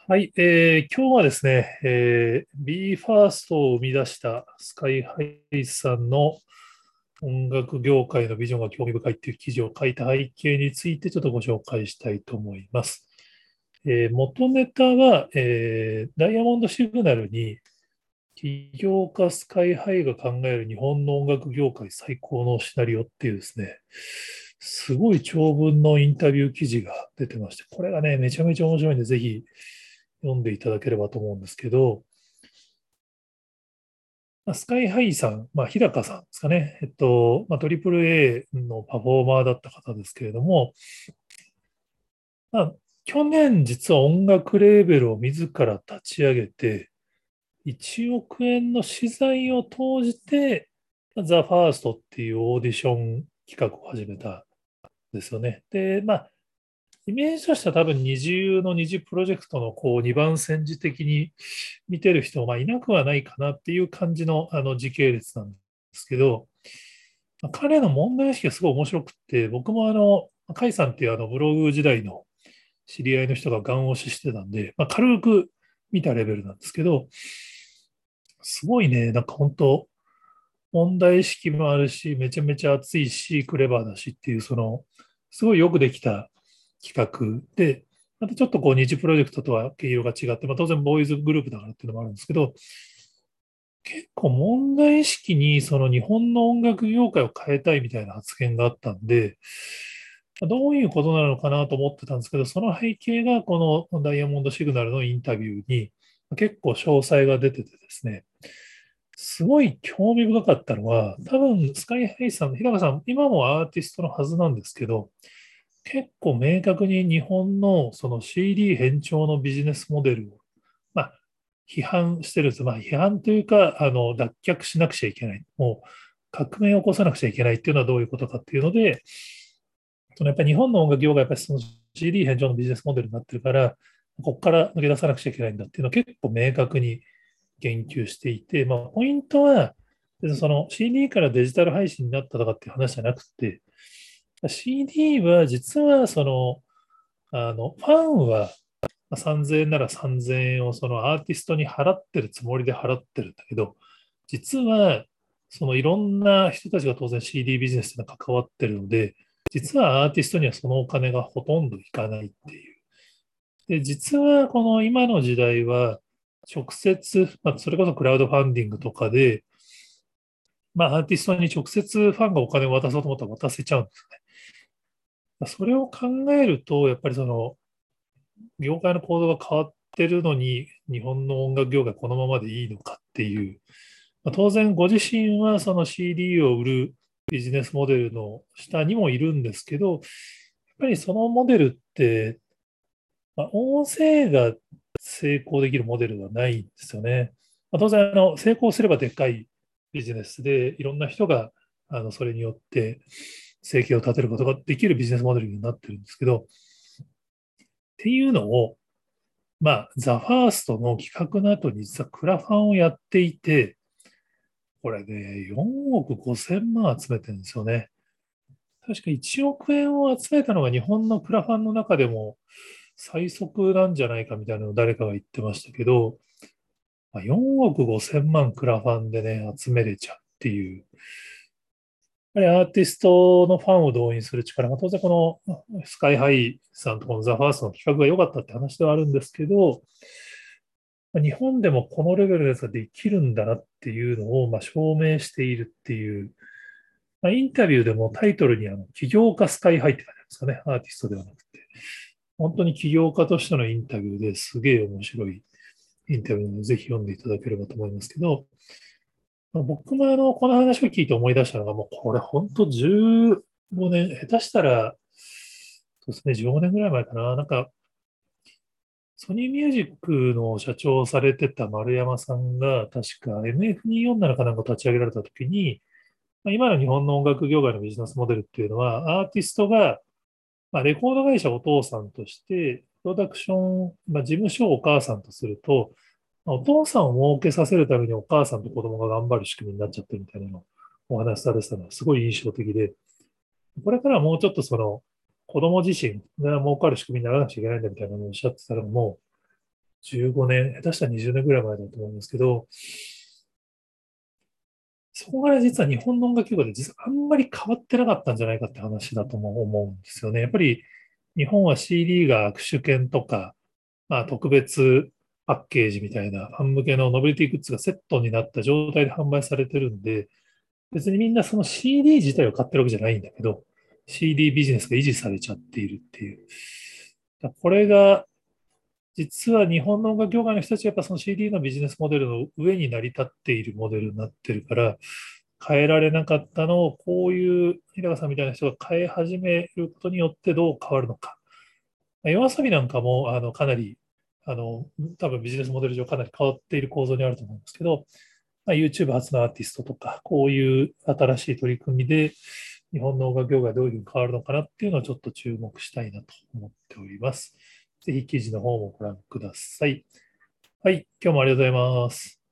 はい、今日はですね、BE:FIRST を生み出したスカイハイさんの音楽業界のビジョンが興味深いっていう記事を書いた背景についてちょっとご紹介したいと思います。元ネタは、ダイヤモンドシグナルに起業家スカイハイが考える日本の音楽業界最高のシナリオっていうですね、すごい長文のインタビュー記事が出てまして、これがね、めちゃめちゃ面白いんで、ぜひ読んでいただければと思うんですけど、スカイハイさん、日高さんですかね。トリプル A のパフォーマーだった方ですけれども、まあ、去年実は音楽レーベルを自ら立ち上げて、1億円の資材を投じて、ザ・ファーストっていうオーディション企画を始めたんですよね。で、イメージとしては多分二重の二次プロジェクトのこう二番煎じ的に見てる人もいなくはないかなっていう感じの、時系列なんですけど、彼の問題意識がすごい面白くって、僕も甲斐さんっていうブログ時代の知り合いの人がガン押ししてたんで、軽く見たレベルなんですけど、すごいね、なんか本当、問題意識もあるし、めちゃめちゃ熱いし、クレバーだしっていう、すごいよくできた企画で、またちょっとこう、二次プロジェクトとは毛色が違って、当然ボーイズグループだからっていうのもあるんですけど、結構問題意識にその日本の音楽業界を変えたいみたいな発言があったんで、どういうことなのかなと思ってたんですけど、その背景がこのダイヤモンドシグナルのインタビューに結構詳細が出ててですね、すごい興味深かったのは、多分スカイハイさん、日高さん、今もアーティストのはずなんですけど、結構明確に日本のその CD 偏重のビジネスモデルを、まあ、批判してるんです。批判というか、脱却しなくちゃいけない。もう、革命を起こさなくちゃいけないっていうのはどういうことかっていうので、やっぱり日本の音楽業界がやっぱりその CD 偏重のビジネスモデルになってるから、ここから抜け出さなくちゃいけないんだっていうのを結構明確に言及していて、ポイントは、その CD からデジタル配信になったとかっていう話じゃなくて、CD は実はファンは3000円なら3000円をそのアーティストに払ってるつもりで払ってるんだけど、実はそのいろんな人たちが当然 CD ビジネスに関わってるので、実はアーティストにはそのお金がほとんどいかないっていう。で、実はこの今の時代は直接、それこそクラウドファンディングとかで、アーティストに直接ファンがお金を渡そうと思ったら渡せちゃうんですね。それを考えると、やっぱりその業界の構造が変わってるのに、日本の音楽業界このままでいいのかっていう。当然、ご自身はその CD を売るビジネスモデルの下にもいるんですけど、やっぱりそのモデルって、大勢が成功できるモデルはないんですよね。当然、成功すればでっかいビジネスで、いろんな人がそれによって生計を立てることができるビジネスモデルになってるんですけど、っていうのを、ザ・ファーストの企画の後に実はクラファンをやっていて、これね、4億5千万集めてるんですよね。確か1億円を集めたのが日本のクラファンの中でも最速なんじゃないかみたいなのを誰かが言ってましたけど、4億5千万クラファンでね、集めれちゃうっていう。やっぱりアーティストのファンを動員する力が、当然このスカイハイさんとこのザ・ファーストの企画が良かったって話ではあるんですけど、日本でもこのレベルのやつができるんだなっていうのを、証明しているっていう、インタビューでもタイトルに起業家スカイハイって書いてあるんですかね、アーティストではなくて。本当に起業家としてのインタビューですげえ面白いインタビューなので、ぜひ読んでいただければと思いますけど、僕もこの話を聞いて思い出したのが、もうこれ本当15年、下手したら、そうですね、15年ぐらい前かな。なんか、ソニーミュージックの社長をされてた丸山さんが、確か MF247 かなんか立ち上げられたときに、今の日本の音楽業界のビジネスモデルっていうのは、アーティストが、レコード会社をお父さんとして、プロダクション、事務所をお母さんとすると、お父さんを儲けさせるためにお母さんと子供が頑張る仕組みになっちゃってるみたいなのをお話しされてたのはすごい印象的で、これからはもうちょっと子供自身が儲かる仕組みにならなくちゃいけないんだみたいなのをおっしゃってたのも、 15年、下手したら20年ぐらい前だと思うんですけど、そこから実は日本の音楽業界で実はあんまり変わってなかったんじゃないかって話だとも思うんですよね。やっぱり日本は CD が握手券とか、まあ、特別パッケージみたいなファン向けのノベルティグッズがセットになった状態で販売されてるんで、別にみんなその CD 自体を買ってるわけじゃないんだけど、CD ビジネスが維持されちゃっているっていう。これが実は日本の音楽業界の人たちはやっぱその CD のビジネスモデルの上に成り立っているモデルになってるから、変えられなかったのを、こういう日高さんみたいな人が変え始めることによってどう変わるのか。夜遊びなんかも、かなり、多分ビジネスモデル上かなり変わっている構造にあると思うんですけど、YouTube 発のアーティストとか、こういう新しい取り組みで、日本の音楽業界がどういうふうに変わるのかなっていうのをちょっと注目したいなと思っております。ぜひ記事の方もご覧ください。はい、今日もありがとうございます。